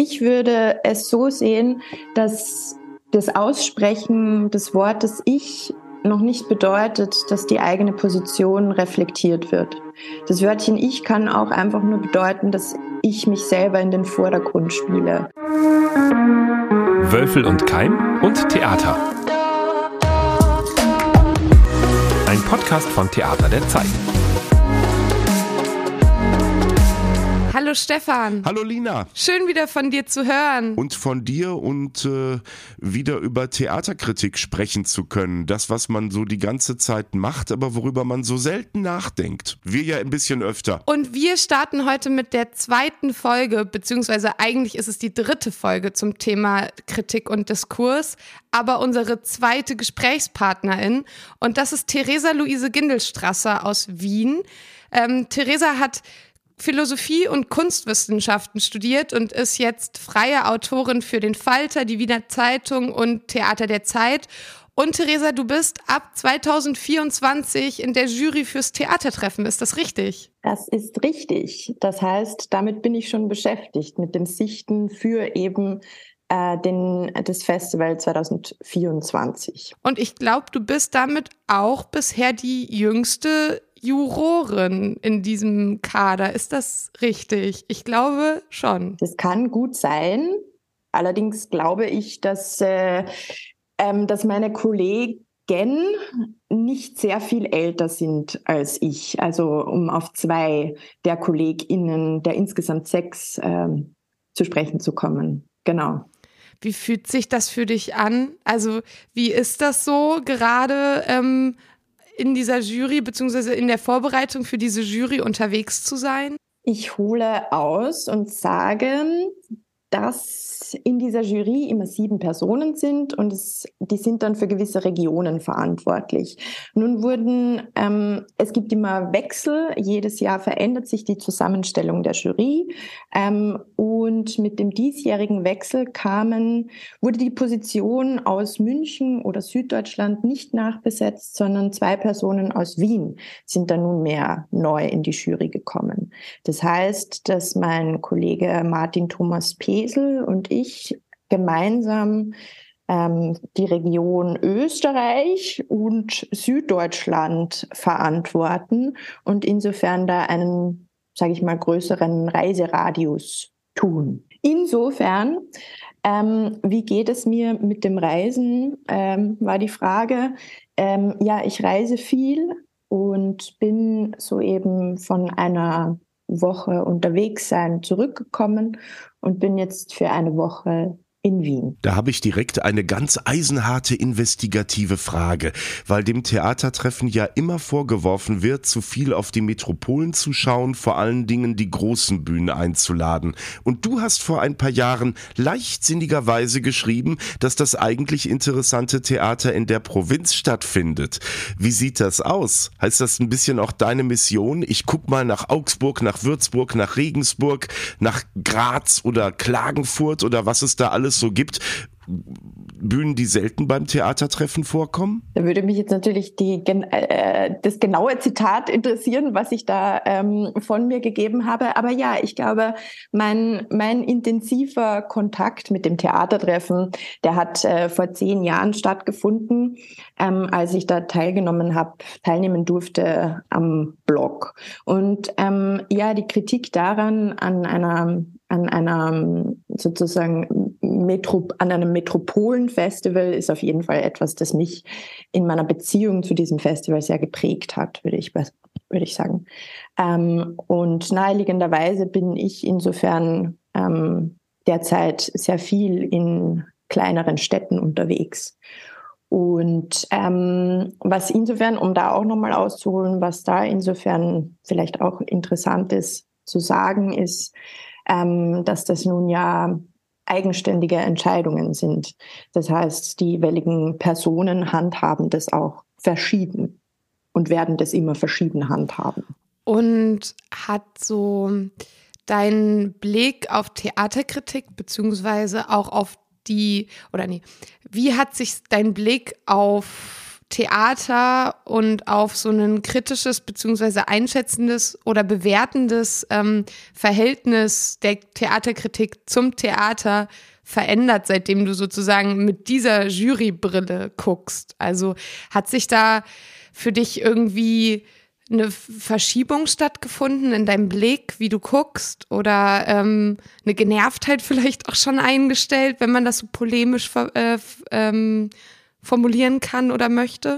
Ich würde es so sehen, dass das Aussprechen des Wortes Ich noch nicht bedeutet, dass die eigene Position reflektiert wird. Das Wörtchen Ich kann auch einfach nur bedeuten, dass ich mich selber in den Vordergrund spiele. Wölfel und Keim und Theater. Ein Podcast von Theater der Zeit. Hallo Stefan. Hallo Lina. Schön wieder von dir zu hören. Und von dir und wieder über Theaterkritik sprechen zu können. Das, was man so die ganze Zeit macht, aber worüber man so selten nachdenkt. Wir ja ein bisschen öfter. Und wir starten heute mit der zweiten Folge, beziehungsweise eigentlich ist es die dritte Folge zum Thema Kritik und Diskurs, aber unsere zweite Gesprächspartnerin. Und das ist Theresa Luise Gindelstrasser aus Wien. Theresa hat Philosophie und Kunstwissenschaften studiert und ist jetzt freie Autorin für den Falter, die Wiener Zeitung und Theater der Zeit. Und Theresa, du bist ab 2024 in der Jury fürs Theatertreffen, ist das richtig? Das ist richtig. Das heißt, damit bin ich schon beschäftigt, mit dem Sichten für eben das Festival 2024. Und ich glaube, du bist damit auch bisher die jüngste Jurorin in diesem Kader. Ist das richtig? Ich glaube schon. Das kann gut sein. Allerdings glaube ich, dass meine Kollegen nicht sehr viel älter sind als ich. Also um auf 2 der KollegInnen der insgesamt 6 zu sprechen zu kommen. Genau. Wie fühlt sich das für dich an? Also wie ist das so gerade in dieser Jury beziehungsweise in der Vorbereitung für diese Jury unterwegs zu sein? Ich hole aus und sage, dass in dieser Jury immer 7 Personen sind und die sind dann für gewisse Regionen verantwortlich. Nun es gibt immer Wechsel, jedes Jahr verändert sich die Zusammenstellung der Jury und mit dem diesjährigen Wechsel wurde die Position aus München oder Süddeutschland nicht nachbesetzt, sondern 2 Personen aus Wien sind dann nunmehr neu in die Jury gekommen. Das heißt, dass mein Kollege Martin Thomas Pesel und ich gemeinsam die Region Österreich und Süddeutschland verantworten und insofern da einen, sage ich mal, größeren Reiseradius tun. Insofern, wie geht es mir mit dem Reisen, war die Frage. Ja, ich reise viel und bin soeben von einer Woche unterwegs sein zurückgekommen und bin jetzt für eine Woche in Wien. Da habe ich direkt eine ganz eisenharte investigative Frage, weil dem Theatertreffen ja immer vorgeworfen wird, zu viel auf die Metropolen zu schauen, vor allen Dingen die großen Bühnen einzuladen. Und du hast vor ein paar Jahren leichtsinnigerweise geschrieben, dass das eigentlich interessante Theater in der Provinz stattfindet. Wie sieht das aus? Heißt das ein bisschen auch deine Mission? Ich guck mal nach Augsburg, nach Würzburg, nach Regensburg, nach Graz oder Klagenfurt oder was es da alles so gibt, Bühnen, die selten beim Theatertreffen vorkommen? Da würde mich jetzt natürlich das genaue Zitat interessieren, was ich da von mir gegeben habe. Aber ja, ich glaube, mein intensiver Kontakt mit dem Theatertreffen, der hat vor 10 Jahren stattgefunden, als ich da teilnehmen durfte am Blog. Und ja, die Kritik daran an einem Metropolenfestival ist auf jeden Fall etwas, das mich in meiner Beziehung zu diesem Festival sehr geprägt hat, würde ich sagen. Und naheliegenderweise bin ich insofern derzeit sehr viel in kleineren Städten unterwegs. Und was insofern, um da auch nochmal auszuholen, was da insofern vielleicht auch interessant ist zu sagen, ist, dass das nun ja eigenständige Entscheidungen sind. Das heißt, die jeweiligen Personen handhaben das auch verschieden und werden das immer verschieden handhaben. Und hat so dein Blick auf Theaterkritik beziehungsweise auch auf wie hat sich dein Blick auf Theater und auf so ein kritisches beziehungsweise einschätzendes oder bewertendes Verhältnis der Theaterkritik zum Theater verändert, seitdem du sozusagen mit dieser Jurybrille guckst? Also hat sich da für dich irgendwie eine Verschiebung stattgefunden in deinem Blick, wie du guckst, oder eine Genervtheit vielleicht auch schon eingestellt, wenn man das so polemisch formulieren kann oder möchte?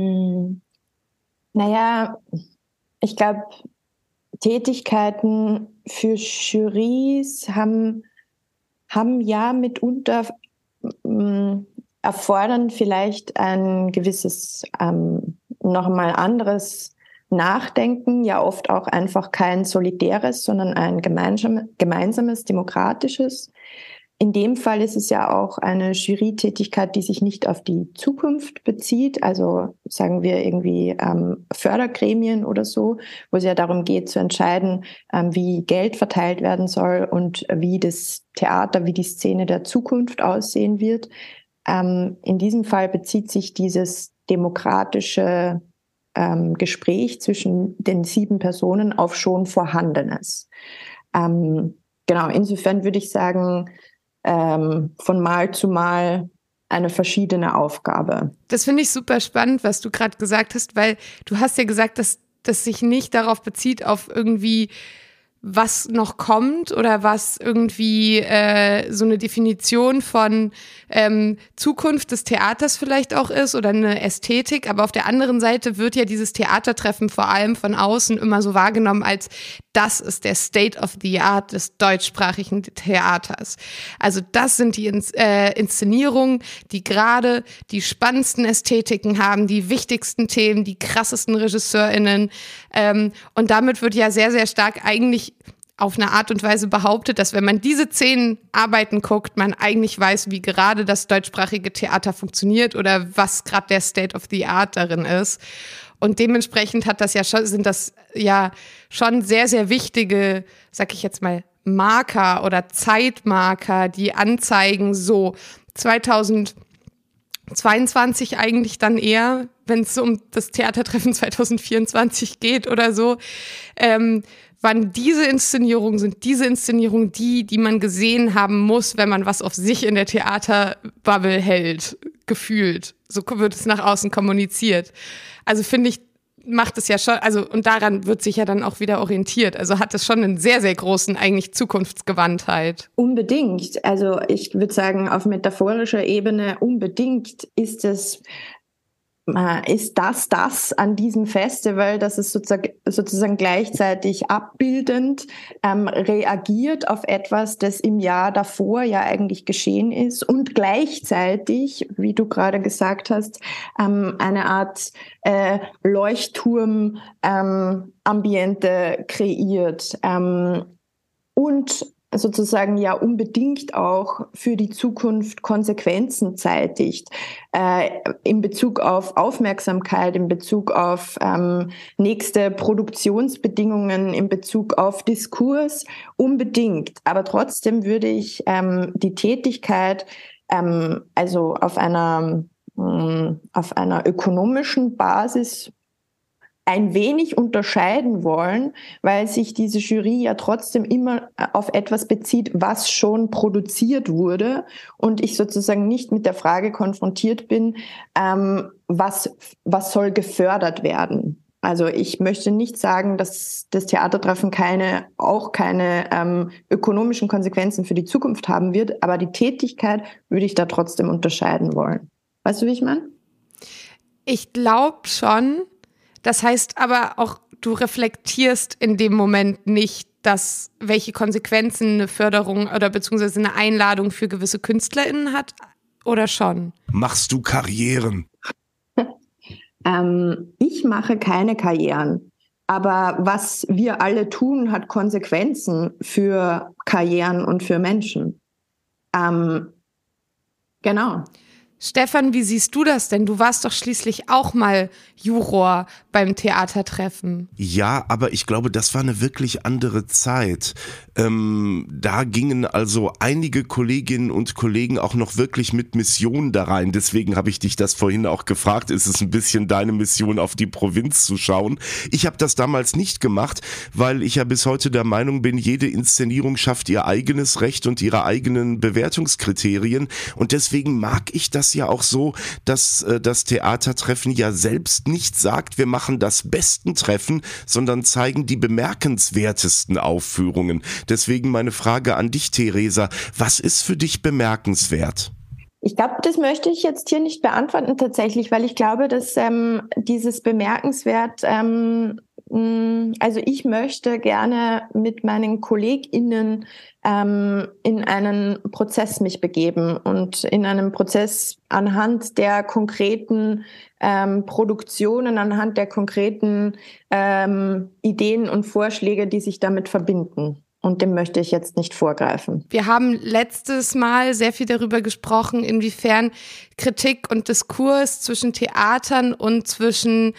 Naja, ich glaube, Tätigkeiten für Jurys haben ja mitunter erfordern vielleicht ein gewisses nochmal anderes Nachdenken, ja oft auch einfach kein solitäres, sondern ein gemeinsames, demokratisches. In dem Fall ist es ja auch eine Jurytätigkeit, die sich nicht auf die Zukunft bezieht, also sagen wir irgendwie Fördergremien oder so, wo es ja darum geht zu entscheiden, wie Geld verteilt werden soll und wie das Theater, wie die Szene der Zukunft aussehen wird. In diesem Fall bezieht sich dieses demokratische Gespräch zwischen den 7 Personen auf schon Vorhandenes. Genau, insofern würde ich sagen, von Mal zu Mal eine verschiedene Aufgabe. Das finde ich super spannend, was du gerade gesagt hast, weil du hast ja gesagt, dass das sich nicht darauf bezieht, auf irgendwie was noch kommt oder was irgendwie so eine Definition von Zukunft des Theaters vielleicht auch ist oder eine Ästhetik. Aber auf der anderen Seite wird ja dieses Theatertreffen vor allem von außen immer so wahrgenommen als das ist der State of the Art des deutschsprachigen Theaters. Also das sind die Inszenierungen, die gerade die spannendsten Ästhetiken haben, die wichtigsten Themen, die krassesten RegisseurInnen. Und damit wird ja sehr, sehr stark eigentlich auf eine Art und Weise behauptet, dass wenn man diese 10 Arbeiten guckt, man eigentlich weiß, wie gerade das deutschsprachige Theater funktioniert oder was gerade der State of the Art darin ist. Und dementsprechend sind das ja schon sehr, sehr wichtige, sag ich jetzt mal, Marker oder Zeitmarker, die anzeigen, so 2022 eigentlich dann eher, wenn es um das Theatertreffen 2024 geht oder so, wann diese Inszenierungen sind, die man gesehen haben muss, wenn man was auf sich in der Theaterbubble hält, gefühlt. So wird es nach außen kommuniziert. Also finde ich, macht es ja schon, also und daran wird sich ja dann auch wieder orientiert. Also hat es schon einen sehr, sehr großen eigentlich Zukunftsgewandtheit. Unbedingt. Also ich würde sagen, auf metaphorischer Ebene unbedingt ist das an diesem Festival, dass es sozusagen gleichzeitig abbildend reagiert auf etwas, das im Jahr davor ja eigentlich geschehen ist und gleichzeitig, wie du gerade gesagt hast, eine Art Leuchtturm-Ambiente kreiert und sozusagen ja unbedingt auch für die Zukunft Konsequenzen zeitigt, in Bezug auf Aufmerksamkeit, in Bezug auf nächste Produktionsbedingungen, in Bezug auf Diskurs, unbedingt. Aber trotzdem würde ich die Tätigkeit also auf einer ökonomischen Basis ein wenig unterscheiden wollen, weil sich diese Jury ja trotzdem immer auf etwas bezieht, was schon produziert wurde und ich sozusagen nicht mit der Frage konfrontiert bin, was soll gefördert werden. Also ich möchte nicht sagen, dass das Theatertreffen keine ökonomischen Konsequenzen für die Zukunft haben wird, aber die Tätigkeit würde ich da trotzdem unterscheiden wollen. Weißt du, wie ich meine? Ich glaube schon. Das heißt aber auch, du reflektierst in dem Moment nicht, welche Konsequenzen eine Förderung oder beziehungsweise eine Einladung für gewisse KünstlerInnen hat, oder schon? Machst du Karrieren? Ich mache keine Karrieren, aber was wir alle tun, hat Konsequenzen für Karrieren und für Menschen. Genau. Stefan, wie siehst du das denn? Du warst doch schließlich auch mal Juror beim Theatertreffen. Ja, aber ich glaube, das war eine wirklich andere Zeit. Da gingen also einige Kolleginnen und Kollegen auch noch wirklich mit Mission da rein. Deswegen habe ich dich das vorhin auch gefragt. Ist es ein bisschen deine Mission, auf die Provinz zu schauen? Ich habe das damals nicht gemacht, weil ich ja bis heute der Meinung bin, jede Inszenierung schafft ihr eigenes Recht und ihre eigenen Bewertungskriterien. Und deswegen mag ich das ja auch so, dass das Theatertreffen ja selbst nicht sagt, wir machen das besten Treffen, sondern zeigen die bemerkenswertesten Aufführungen. Deswegen meine Frage an dich, Theresa, was ist für dich bemerkenswert? Ich glaube, das möchte ich jetzt hier nicht beantworten tatsächlich, weil ich glaube, dass dieses bemerkenswert, also ich möchte gerne mit meinen KollegInnen in einen Prozess mich begeben und in einem Prozess anhand der konkreten Produktionen, anhand der konkreten Ideen und Vorschläge, die sich damit verbinden. Und dem möchte ich jetzt nicht vorgreifen. Wir haben letztes Mal sehr viel darüber gesprochen, inwiefern Kritik und Diskurs zwischen Theatern und zwischen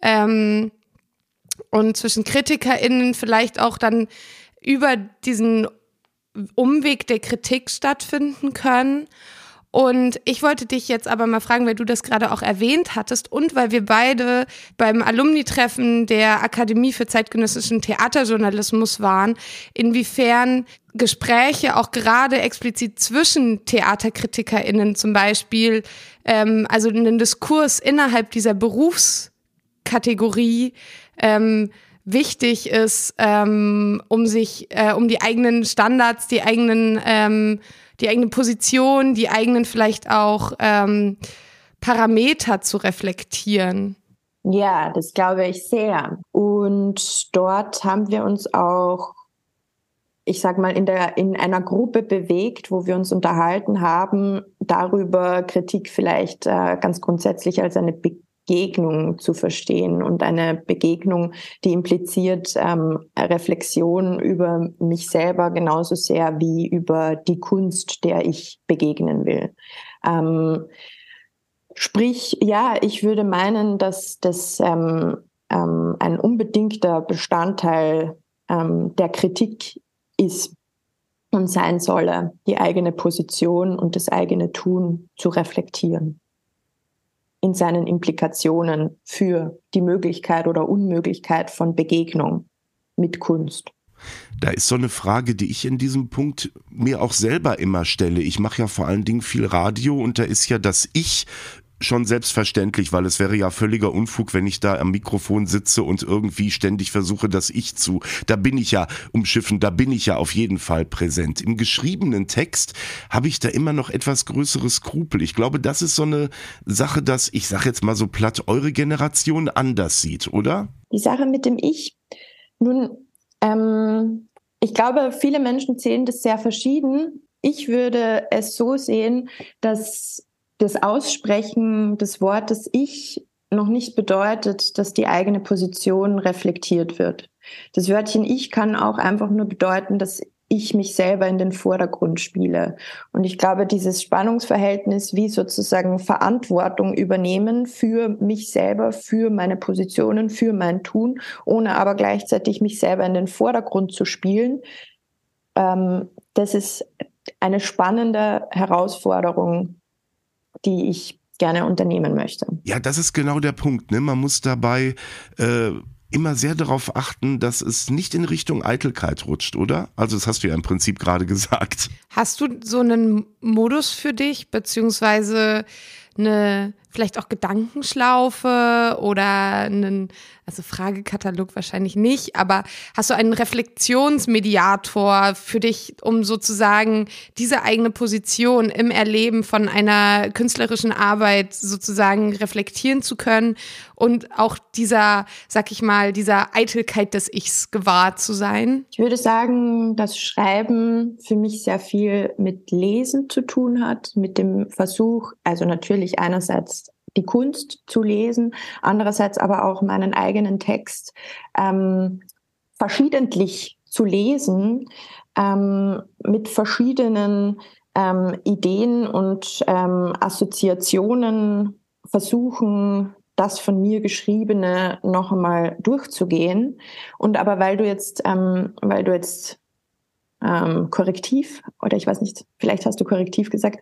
KritikerInnen vielleicht auch dann über diesen Umweg der Kritik stattfinden können. Und ich wollte dich jetzt aber mal fragen, weil du das gerade auch erwähnt hattest und weil wir beide beim Alumni-Treffen der Akademie für zeitgenössischen Theaterjournalismus waren, inwiefern Gespräche auch gerade explizit zwischen TheaterkritikerInnen zum Beispiel, also einen Diskurs innerhalb dieser Berufskategorie wichtig ist, um die eigenen Standards, die eigene Position, die eigenen vielleicht auch Parameter zu reflektieren. Ja, das glaube ich sehr. Und dort haben wir uns auch, ich sag mal, in einer Gruppe bewegt, wo wir uns unterhalten haben, darüber Kritik vielleicht ganz grundsätzlich als eine Begegnung zu verstehen und eine Begegnung, die impliziert Reflexion über mich selber genauso sehr wie über die Kunst, der ich begegnen will. Sprich, ja, ich würde meinen, dass das ein unbedingter Bestandteil der Kritik ist und sein solle, die eigene Position und das eigene Tun zu reflektieren in seinen Implikationen für die Möglichkeit oder Unmöglichkeit von Begegnung mit Kunst. Da ist so eine Frage, die ich in diesem Punkt mir auch selber immer stelle. Ich mache ja vor allen Dingen viel Radio und da ist ja das Ich schon selbstverständlich, weil es wäre ja völliger Unfug, wenn ich da am Mikrofon sitze und irgendwie ständig versuche, das Ich zu. Da bin ich ja umschiffen, da bin ich ja auf jeden Fall präsent. Im geschriebenen Text habe ich da immer noch etwas größere Skrupel. Ich glaube, das ist so eine Sache, dass, ich sage jetzt mal so platt, eure Generation anders sieht, oder? Die Sache mit dem Ich, nun, ich glaube, viele Menschen sehen das sehr verschieden. Ich würde es so sehen, dass das Aussprechen des Wortes Ich noch nicht bedeutet, dass die eigene Position reflektiert wird. Das Wörtchen Ich kann auch einfach nur bedeuten, dass ich mich selber in den Vordergrund spiele. Und ich glaube, dieses Spannungsverhältnis, wie sozusagen Verantwortung übernehmen für mich selber, für meine Positionen, für mein Tun, ohne aber gleichzeitig mich selber in den Vordergrund zu spielen, das ist eine spannende Herausforderung, die ich gerne unternehmen möchte. Ja, das ist genau der Punkt, ne? Man muss dabei immer sehr darauf achten, dass es nicht in Richtung Eitelkeit rutscht, oder? Also das hast du ja im Prinzip gerade gesagt. Hast du so einen Modus für dich, beziehungsweise eine vielleicht auch Gedankenschlaufe oder einen, also Fragekatalog wahrscheinlich nicht, aber hast du einen Reflexionsmediator für dich, um sozusagen diese eigene Position im Erleben von einer künstlerischen Arbeit sozusagen reflektieren zu können und auch dieser, sag ich mal, dieser Eitelkeit des Ichs gewahrt zu sein? Ich würde sagen, dass Schreiben für mich sehr viel mit Lesen zu tun hat, mit dem Versuch, also natürlich einerseits die Kunst zu lesen, andererseits aber auch meinen eigenen Text verschiedentlich zu lesen, mit verschiedenen Ideen und Assoziationen versuchen, das von mir Geschriebene noch einmal durchzugehen. Und aber weil du jetzt Korrektiv, oder ich weiß nicht, vielleicht hast du Korrektiv gesagt,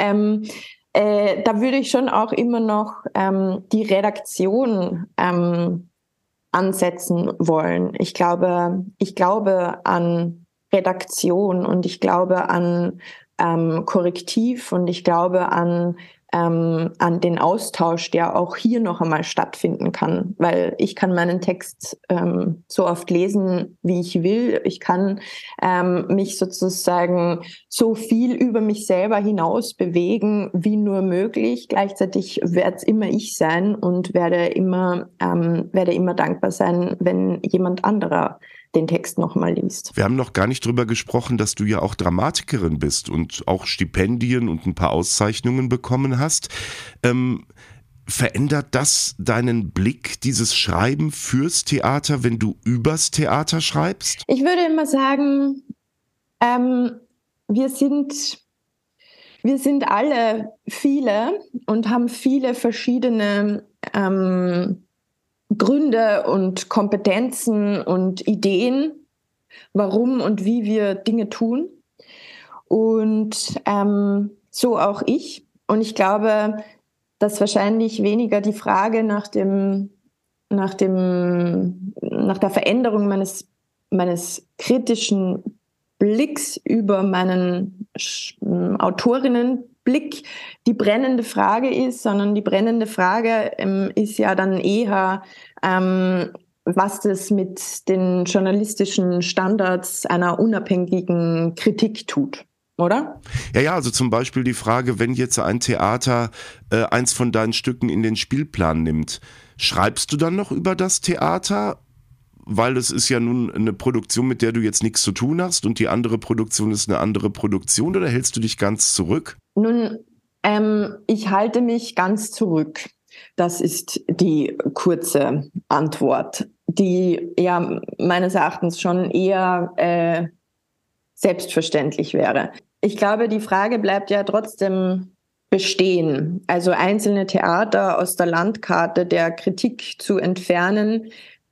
da würde ich schon auch immer noch die Redaktion ansetzen wollen. Ich glaube an Redaktion und ich glaube an Korrektiv und ich glaube an den Austausch, der auch hier noch einmal stattfinden kann, weil ich kann meinen Text so oft lesen, wie ich will. Ich kann mich sozusagen so viel über mich selber hinaus bewegen, wie nur möglich. Gleichzeitig werde es immer ich sein und werde immer dankbar sein, wenn jemand anderer den Text nochmal liest. Wir haben noch gar nicht drüber gesprochen, dass du ja auch Dramatikerin bist und auch Stipendien und ein paar Auszeichnungen bekommen hast. Verändert das deinen Blick, dieses Schreiben fürs Theater, wenn du übers Theater schreibst? Ich würde immer sagen, wir sind alle viele und haben viele verschiedene Gründe und Kompetenzen und Ideen, warum und wie wir Dinge tun. Und so auch ich. Und ich glaube, dass wahrscheinlich weniger die Frage nach der Veränderung meines kritischen Blicks über meinen Autorinnenblick die brennende Frage ist, sondern die brennende Frage ist ja dann eher, was das mit den journalistischen Standards einer unabhängigen Kritik tut. Oder? Ja, also zum Beispiel die Frage, wenn jetzt ein Theater eins von deinen Stücken in den Spielplan nimmt, schreibst du dann noch über das Theater? Weil es ist ja nun eine Produktion, mit der du jetzt nichts zu tun hast und die andere Produktion ist eine andere Produktion, oder hältst du dich ganz zurück? Nun, ich halte mich ganz zurück. Das ist die kurze Antwort, die ja meines Erachtens schon eher selbstverständlich wäre. Ich glaube, die Frage bleibt ja trotzdem bestehen. Also einzelne Theater aus der Landkarte der Kritik zu entfernen,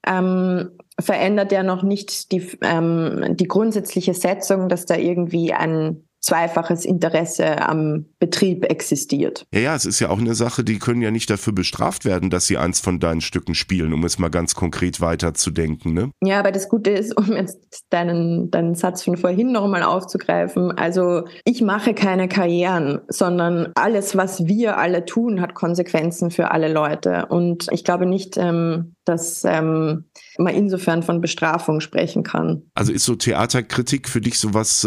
verändert ja noch nicht die grundsätzliche Setzung, dass da irgendwie ein zweifaches Interesse am Betrieb existiert. Ja, es ist ja auch eine Sache, die können ja nicht dafür bestraft werden, dass sie eins von deinen Stücken spielen, um es mal ganz konkret weiterzudenken, ne? Ja, aber das Gute ist, um jetzt deinen Satz von vorhin nochmal aufzugreifen, also ich mache keine Karrieren, sondern alles, was wir alle tun, hat Konsequenzen für alle Leute. Und ich glaube nicht, dass man insofern von Bestrafung sprechen kann. Also ist so Theaterkritik für dich sowas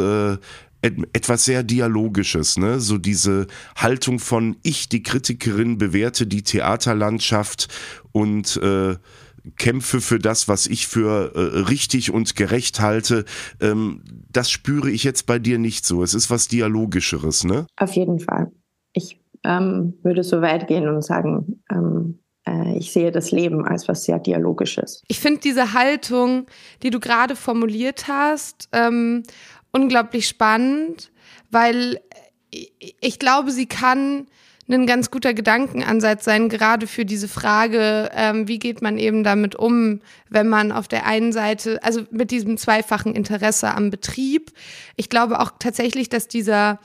etwas sehr Dialogisches, ne? So diese Haltung von ich, die Kritikerin, bewerte die Theaterlandschaft und kämpfe für das, was ich für richtig und gerecht halte. Das spüre ich jetzt bei dir nicht so. Es ist was Dialogischeres, ne? Auf jeden Fall. Ich würde so weit gehen und sagen, ich sehe das Leben als was sehr Dialogisches. Ich finde diese Haltung, die du gerade formuliert hast, unglaublich spannend, weil ich glaube, sie kann ein ganz guter Gedankenansatz sein, gerade für diese Frage, wie geht man eben damit um, wenn man auf der einen Seite, also mit diesem zweifachen Interesse am Betrieb. Ich glaube auch tatsächlich, dass diese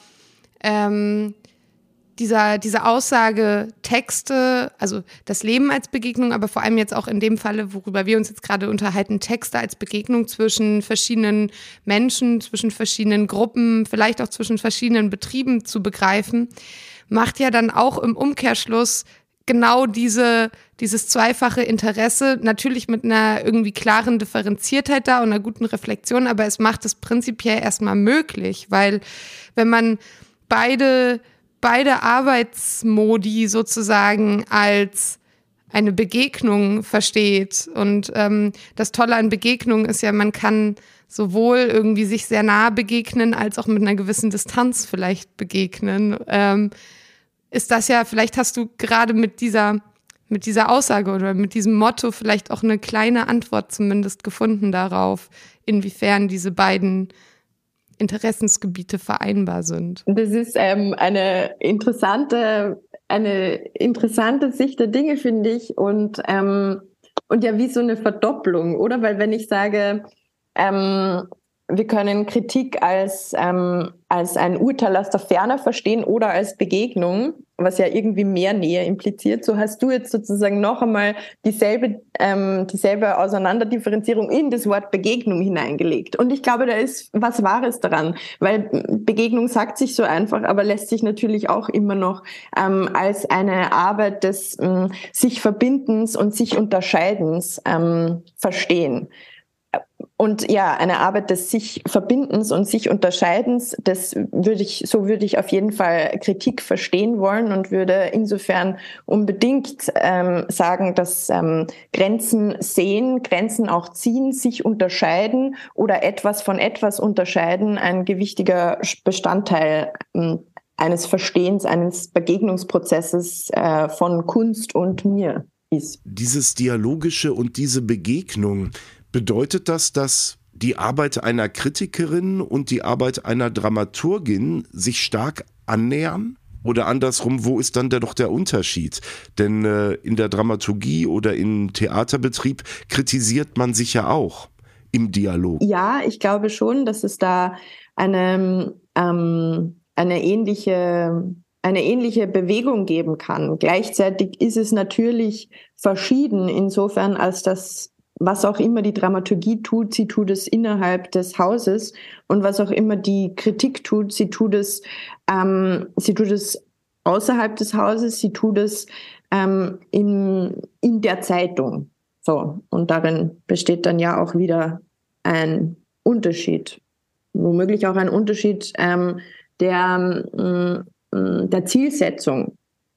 Aussage Texte, also das Leben als Begegnung, aber vor allem jetzt auch in dem Falle, worüber wir uns jetzt gerade unterhalten, Texte als Begegnung zwischen verschiedenen Menschen, zwischen verschiedenen Gruppen, vielleicht auch zwischen verschiedenen Betrieben zu begreifen, macht ja dann auch im Umkehrschluss genau dieses zweifache Interesse, natürlich mit einer irgendwie klaren Differenziertheit da und einer guten Reflexion, aber es macht es prinzipiell erstmal möglich, weil wenn man beide Arbeitsmodi sozusagen als eine Begegnung versteht. Und das Tolle an Begegnungen ist ja, man kann sowohl irgendwie sich sehr nah begegnen, als auch mit einer gewissen Distanz vielleicht begegnen. Ist das ja, vielleicht hast du gerade mit dieser Aussage oder mit diesem Motto vielleicht auch eine kleine Antwort zumindest gefunden darauf, inwiefern diese beiden Interessensgebiete vereinbar sind? Das ist eine interessante Sicht der Dinge, finde ich. Und ja, wie so eine Verdopplung, oder? Weil wenn ich sage, wir können Kritik als ein Urteil aus der Ferne verstehen oder als Begegnung, was ja irgendwie mehr Nähe impliziert. So hast du jetzt sozusagen noch einmal dieselbe Auseinanderdifferenzierung in das Wort Begegnung hineingelegt. Und ich glaube, da ist was Wahres daran, weil Begegnung sagt sich so einfach, aber lässt sich natürlich auch immer noch als eine Arbeit des sich Verbindens und sich Unterscheidens verstehen. Und ja, eine Arbeit des sich Verbindens und sich Unterscheidens, würde ich auf jeden Fall Kritik verstehen wollen und würde insofern unbedingt sagen, dass Grenzen sehen, Grenzen auch ziehen, sich unterscheiden oder etwas von etwas unterscheiden ein gewichtiger Bestandteil eines Verstehens, eines Begegnungsprozesses von Kunst und mir ist. Dieses Dialogische und diese Begegnung, bedeutet das, dass die Arbeit einer Kritikerin und die Arbeit einer Dramaturgin sich stark annähern? Oder andersrum, wo ist dann doch der Unterschied? Denn in der Dramaturgie oder im Theaterbetrieb kritisiert man sich ja auch im Dialog. Ja, ich glaube schon, dass es da eine ähnliche Bewegung geben kann. Gleichzeitig ist es natürlich verschieden, insofern als das, was auch immer die Dramaturgie tut, sie tut es innerhalb des Hauses, und was auch immer die Kritik tut, sie tut es außerhalb des Hauses, sie tut es in der Zeitung. So, und darin besteht dann ja auch wieder ein Unterschied, womöglich auch ein Unterschied der Zielsetzung.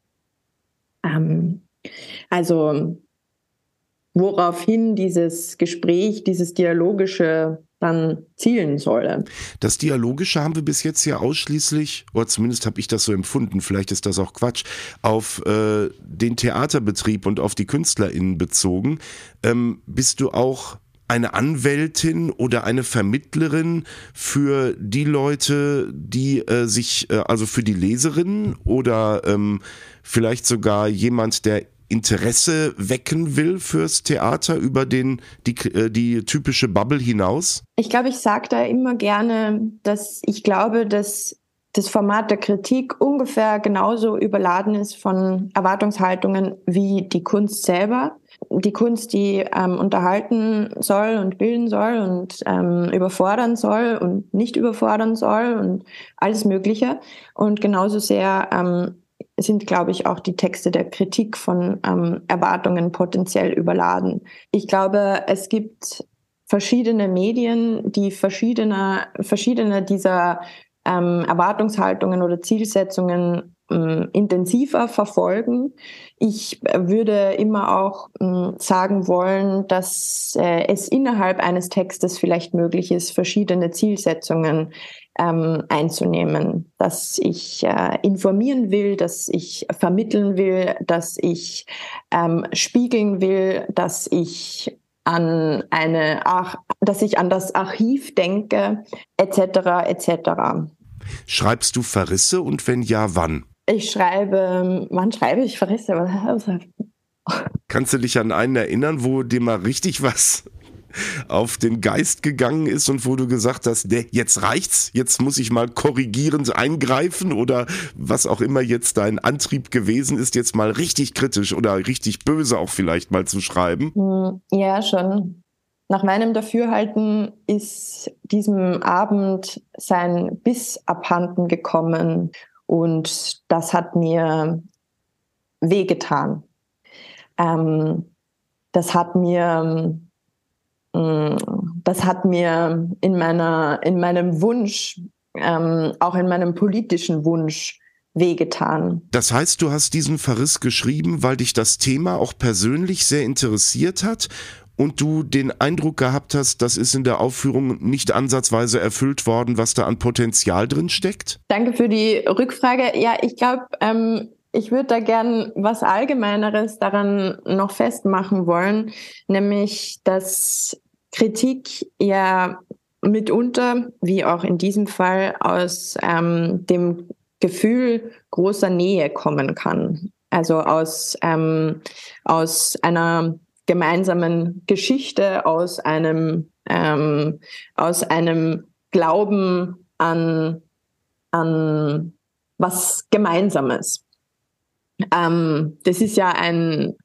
Also woraufhin dieses Gespräch, dieses Dialogische dann zielen soll. Das Dialogische haben wir bis jetzt ja ausschließlich, oder zumindest habe ich das so empfunden, vielleicht ist das auch Quatsch, auf den Theaterbetrieb und auf die KünstlerInnen bezogen. Bist du auch eine Anwältin oder eine Vermittlerin für die Leute, die also für die Leserinnen oder vielleicht sogar jemand, der Interesse wecken will fürs Theater über die typische Bubble hinaus? Ich glaube, ich sage da immer gerne, dass ich glaube, dass das Format der Kritik ungefähr genauso überladen ist von Erwartungshaltungen wie die Kunst selber. Die Kunst, die unterhalten soll und bilden soll und überfordern soll und nicht überfordern soll und alles Mögliche. Und genauso sehr sind, glaube ich, auch die Texte der Kritik von Erwartungen potenziell überladen. Ich glaube, es gibt verschiedene Medien, die verschiedene dieser Erwartungshaltungen oder Zielsetzungen intensiver verfolgen. Ich würde immer auch sagen wollen, dass es innerhalb eines Textes vielleicht möglich ist, verschiedene Zielsetzungen einzunehmen, dass ich informieren will, dass ich vermitteln will, dass ich spiegeln will, dass ich an das Archiv denke, etc. etc. Schreibst du Verrisse und wenn ja, wann? Wann schreibe ich Verrisse? Kannst du dich an einen erinnern, wo dir mal richtig was auf den Geist gegangen ist und wo du gesagt hast, jetzt reicht's, jetzt muss ich mal korrigierend eingreifen oder was auch immer jetzt dein Antrieb gewesen ist, jetzt mal richtig kritisch oder richtig böse auch vielleicht mal zu schreiben? Ja, schon. Nach meinem Dafürhalten ist diesem Abend sein Biss abhanden gekommen und das hat mir wehgetan. Das hat mir in meinem Wunsch, auch in meinem politischen Wunsch wehgetan. Das heißt, du hast diesen Verriss geschrieben, weil dich das Thema auch persönlich sehr interessiert hat und du den Eindruck gehabt hast, das ist in der Aufführung nicht ansatzweise erfüllt worden, was da an Potenzial drin steckt? Danke für die Rückfrage. Ja, ich glaube, ich würde da gern was Allgemeineres daran noch festmachen wollen, nämlich, dass Kritik ja mitunter, wie auch in diesem Fall, aus dem Gefühl großer Nähe kommen kann. Also aus einer gemeinsamen Geschichte, aus einem Glauben an was Gemeinsames. Das ist ja ein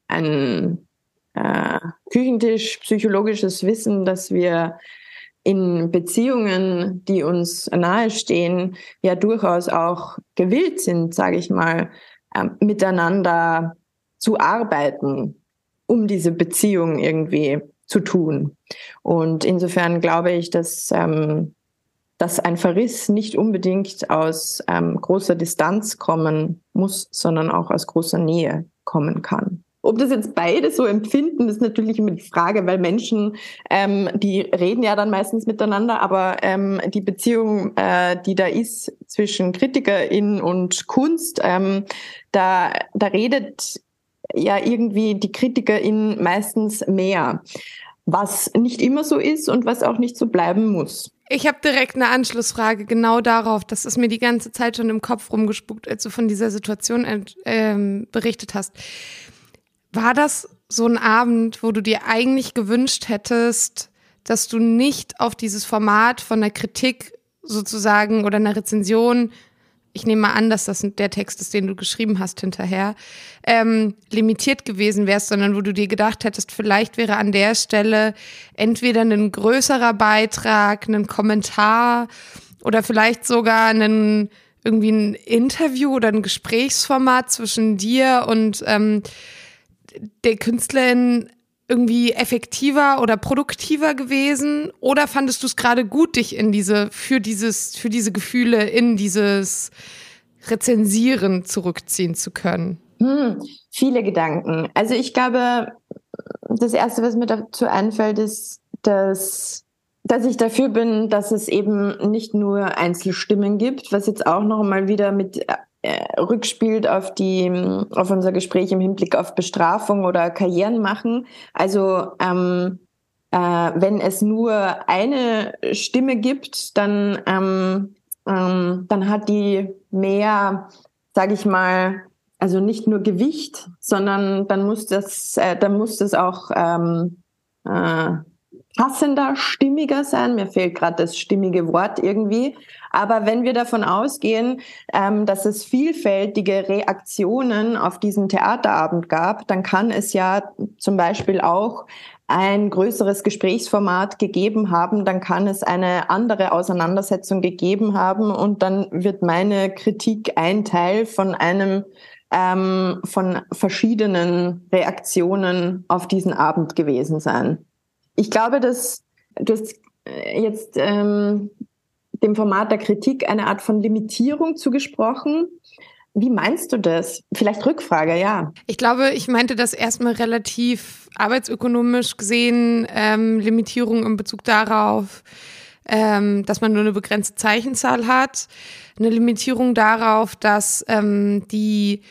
Küchentisch psychologisches Wissen, dass wir in Beziehungen, die uns nahestehen, ja durchaus auch gewillt sind, sage ich mal, miteinander zu arbeiten, um diese Beziehung irgendwie zu tun. Und insofern glaube ich, dass ein Verriss nicht unbedingt aus großer Distanz kommen muss, sondern auch aus großer Nähe kommen kann. Ob das jetzt beide so empfinden, ist natürlich immer die Frage, weil Menschen, die reden ja dann meistens miteinander, aber die Beziehung, die da ist zwischen KritikerInnen und Kunst, da redet ja irgendwie die KritikerInnen meistens mehr, was nicht immer so ist und was auch nicht so bleiben muss. Ich habe direkt eine Anschlussfrage genau darauf. Das ist mir die ganze Zeit schon im Kopf rumgespuckt, als du von dieser Situation berichtet hast. War das so ein Abend, wo du dir eigentlich gewünscht hättest, dass du nicht auf dieses Format von der Kritik sozusagen oder einer Rezension, ich nehme mal an, dass das der Text ist, den du geschrieben hast hinterher, limitiert gewesen wärst, sondern wo du dir gedacht hättest, vielleicht wäre an der Stelle entweder ein größerer Beitrag, ein Kommentar oder vielleicht sogar irgendwie ein Interview oder ein Gesprächsformat zwischen dir und der Künstlerin irgendwie effektiver oder produktiver gewesen? Oder fandest du es gerade gut, dich für diese Gefühle in dieses Rezensieren zurückziehen zu können? Viele Gedanken. Also ich glaube, das Erste, was mir dazu einfällt, ist, dass ich dafür bin, dass es eben nicht nur Einzelstimmen gibt, was jetzt auch noch mal wieder mit rückspielt auf unser Gespräch im Hinblick auf Bestrafung oder Karrieren machen. Also wenn es nur eine Stimme gibt, dann hat die mehr, sage ich mal, also nicht nur Gewicht, sondern dann muss das auch passender, stimmiger sein. Mir fehlt gerade das stimmige Wort irgendwie. Aber wenn wir davon ausgehen, dass es vielfältige Reaktionen auf diesen Theaterabend gab, dann kann es ja zum Beispiel auch ein größeres Gesprächsformat gegeben haben, dann kann es eine andere Auseinandersetzung gegeben haben und dann wird meine Kritik ein Teil von verschiedenen Reaktionen auf diesen Abend gewesen sein. Ich glaube, dass du hast jetzt dem Format der Kritik eine Art von Limitierung zugesprochen. Wie meinst du das? Vielleicht Rückfrage, ja. Ich glaube, ich meinte das erstmal relativ arbeitsökonomisch gesehen, Limitierung in Bezug darauf, dass man nur eine begrenzte Zeichenzahl hat. Eine Limitierung darauf, dass die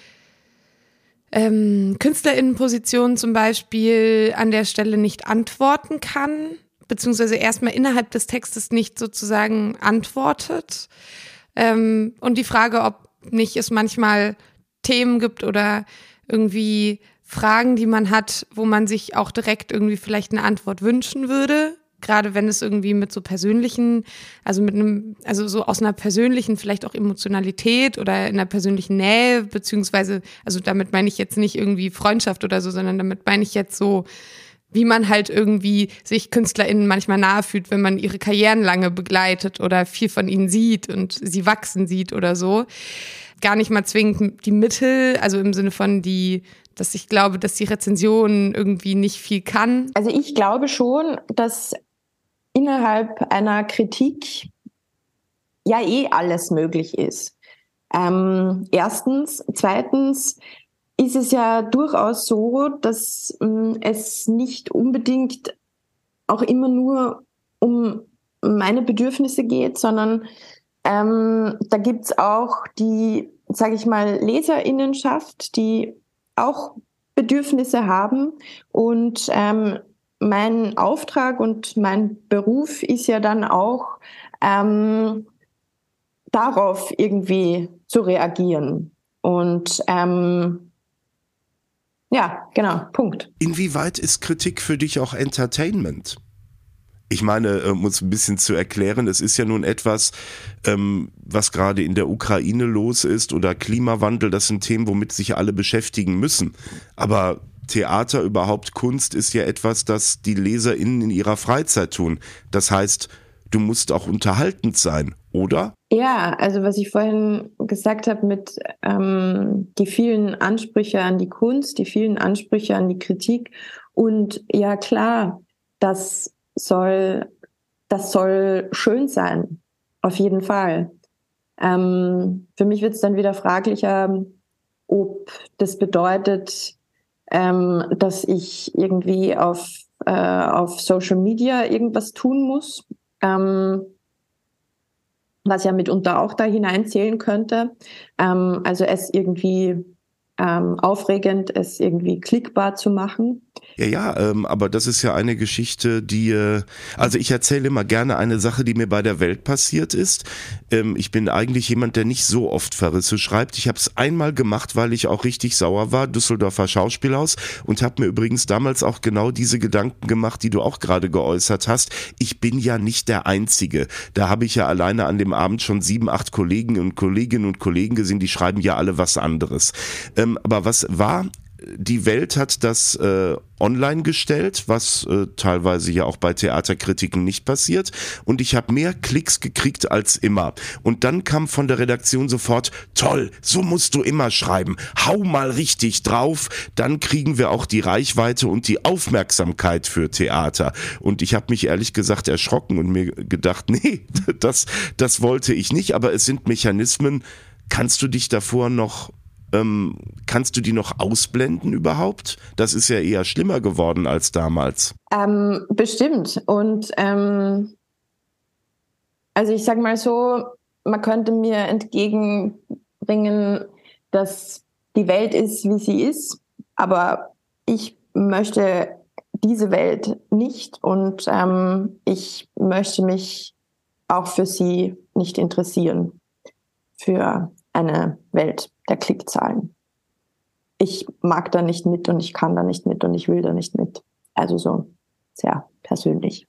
KünstlerInnenposition zum Beispiel an der Stelle nicht antworten kann, beziehungsweise erstmal innerhalb des Textes nicht sozusagen antwortet. Und die Frage, ob nicht es manchmal Themen gibt oder irgendwie Fragen, die man hat, wo man sich auch direkt irgendwie vielleicht eine Antwort wünschen würde. Gerade wenn es irgendwie mit so persönlichen, also so aus einer persönlichen vielleicht auch Emotionalität oder in einer persönlichen Nähe, beziehungsweise, also damit meine ich jetzt nicht irgendwie Freundschaft oder so, sondern damit meine ich jetzt so, wie man halt irgendwie sich KünstlerInnen manchmal nahe fühlt, wenn man ihre Karrieren lange begleitet oder viel von ihnen sieht und sie wachsen sieht oder so. Gar nicht mal zwingend die Mittel, also im Sinne von dass ich glaube, dass die Rezension irgendwie nicht viel kann. Also ich glaube schon, dass innerhalb einer Kritik ja alles möglich ist. Erstens. Zweitens ist es ja durchaus so, dass es nicht unbedingt auch immer nur um meine Bedürfnisse geht, sondern da gibt's auch die, sage ich mal, LeserInnenschaft, die auch Bedürfnisse haben und mein Auftrag und mein Beruf ist ja dann auch, darauf irgendwie zu reagieren. Und ja, genau, Punkt. Inwieweit ist Kritik für dich auch Entertainment? Ich meine, um uns ein bisschen zu erklären, es ist ja nun etwas, was gerade in der Ukraine los ist oder Klimawandel, das sind Themen, womit sich alle beschäftigen müssen. Aber Theater, überhaupt Kunst, ist ja etwas, das die LeserInnen in ihrer Freizeit tun. Das heißt, du musst auch unterhaltend sein, oder? Ja, also was ich vorhin gesagt habe mit die vielen Ansprüche an die Kunst, die vielen Ansprüche an die Kritik. Und ja klar, das soll schön sein, auf jeden Fall. Für mich wird es dann wieder fraglicher, ob das bedeutet, dass ich irgendwie auf Social Media irgendwas tun muss, was ja mitunter auch da hineinzählen könnte. Also es irgendwie aufregend, es irgendwie klickbar zu machen. Ja, aber das ist ja eine Geschichte, die, also ich erzähle immer gerne eine Sache, die mir bei der Welt passiert ist. Ich bin eigentlich jemand, der nicht so oft Verrisse schreibt. Ich habe es einmal gemacht, weil ich auch richtig sauer war, Düsseldorfer Schauspielhaus, und habe mir übrigens damals auch genau diese Gedanken gemacht, die du auch gerade geäußert hast. Ich bin ja nicht der Einzige. Da habe ich ja alleine an dem Abend schon 7, 8 Kolleginnen und Kollegen gesehen, die schreiben ja alle was anderes. Aber was war? Die Welt hat das online gestellt, was teilweise ja auch bei Theaterkritiken nicht passiert, und ich habe mehr Klicks gekriegt als immer. Und dann kam von der Redaktion sofort: Toll, so musst du immer schreiben, hau mal richtig drauf, dann kriegen wir auch die Reichweite und die Aufmerksamkeit für Theater. Und ich habe mich ehrlich gesagt erschrocken und mir gedacht, nee, das wollte ich nicht, aber es sind Mechanismen. Kannst du dich davor noch kannst du die noch ausblenden überhaupt? Das ist ja eher schlimmer geworden als damals. Bestimmt. Und also ich sage mal so, man könnte mir entgegenbringen, dass die Welt ist, wie sie ist, aber ich möchte diese Welt nicht, und ich möchte mich auch für sie nicht interessieren, für eine Welt der Klickzahlen. Ich mag da nicht mit und ich kann da nicht mit und ich will da nicht mit. Also so sehr persönlich.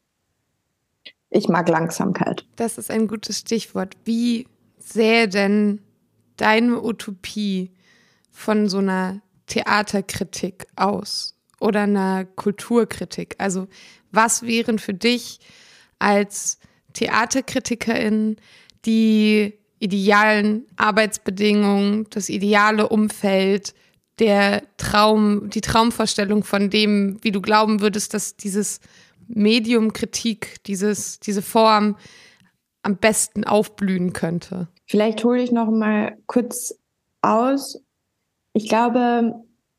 Ich mag Langsamkeit. Das ist ein gutes Stichwort. Wie sähe denn deine Utopie von so einer Theaterkritik aus oder einer Kulturkritik? Also was wären für dich als Theaterkritikerin die idealen Arbeitsbedingungen, das ideale Umfeld, die Traumvorstellung von dem, wie du glauben würdest, dass dieses Medium Kritik, diese Form am besten aufblühen könnte? Vielleicht hole ich noch mal kurz aus. Ich glaube,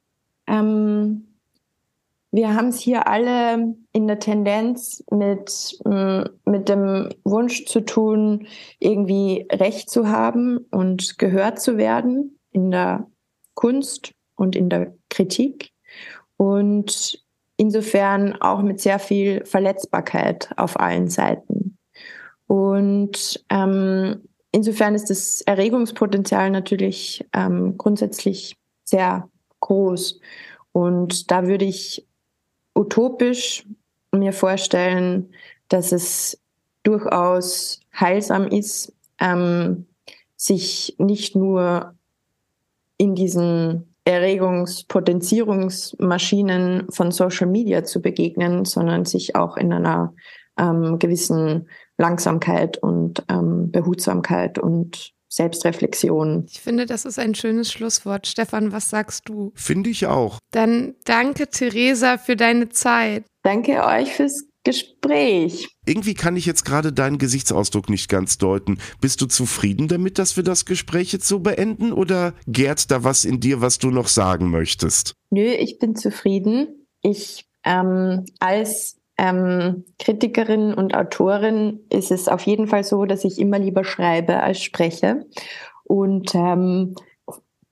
wir haben es hier alle in der Tendenz mit dem Wunsch zu tun, irgendwie Recht zu haben und gehört zu werden in der Kunst und in der Kritik. Und insofern auch mit sehr viel Verletzbarkeit auf allen Seiten. Und insofern ist das Erregungspotenzial natürlich grundsätzlich sehr groß. Und da würde ich utopisch mir vorstellen, dass es durchaus heilsam ist, sich nicht nur in diesen Erregungspotenzierungsmaschinen von Social Media zu begegnen, sondern sich auch in einer gewissen Langsamkeit und Behutsamkeit und Selbstreflexion. Ich finde, das ist ein schönes Schlusswort. Stefan, was sagst du? Finde ich auch. Dann danke, Theresa, für deine Zeit. Danke euch fürs Gespräch. Irgendwie kann ich jetzt gerade deinen Gesichtsausdruck nicht ganz deuten. Bist du zufrieden damit, dass wir das Gespräch jetzt so beenden, oder gärt da was in dir, was du noch sagen möchtest? Nö, ich bin zufrieden. Ich als Kritikerin und Autorin ist es auf jeden Fall so, dass ich immer lieber schreibe als spreche. Und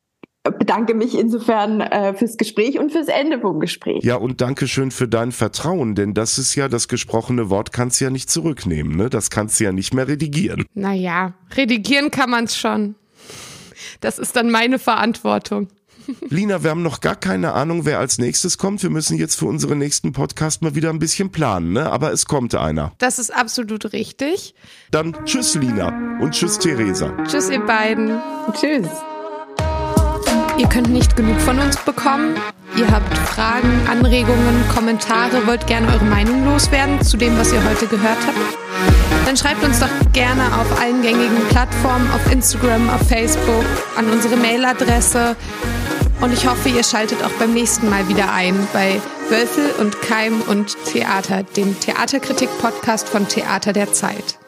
bedanke mich insofern fürs Gespräch und fürs Ende vom Gespräch. Ja, und danke schön für dein Vertrauen, denn das ist ja, das gesprochene Wort kannst du ja nicht zurücknehmen, ne? Das kannst du ja nicht mehr redigieren. Naja, redigieren kann man es schon. Das ist dann meine Verantwortung. Lina, wir haben noch gar keine Ahnung, wer als nächstes kommt. Wir müssen jetzt für unseren nächsten Podcast mal wieder ein bisschen planen, ne? Aber es kommt einer. Das ist absolut richtig. Dann tschüss, Lina, und tschüss, Theresa. Tschüss, ihr beiden. Tschüss. Ihr könnt nicht genug von uns bekommen. Ihr habt Fragen, Anregungen, Kommentare, wollt gerne eure Meinung loswerden zu dem, was ihr heute gehört habt? Dann schreibt uns doch gerne auf allen gängigen Plattformen, auf Instagram, auf Facebook, an unsere Mailadresse. Und ich hoffe, ihr schaltet auch beim nächsten Mal wieder ein bei Wölfel und Keim und Theater, dem Theaterkritik-Podcast von Theater der Zeit.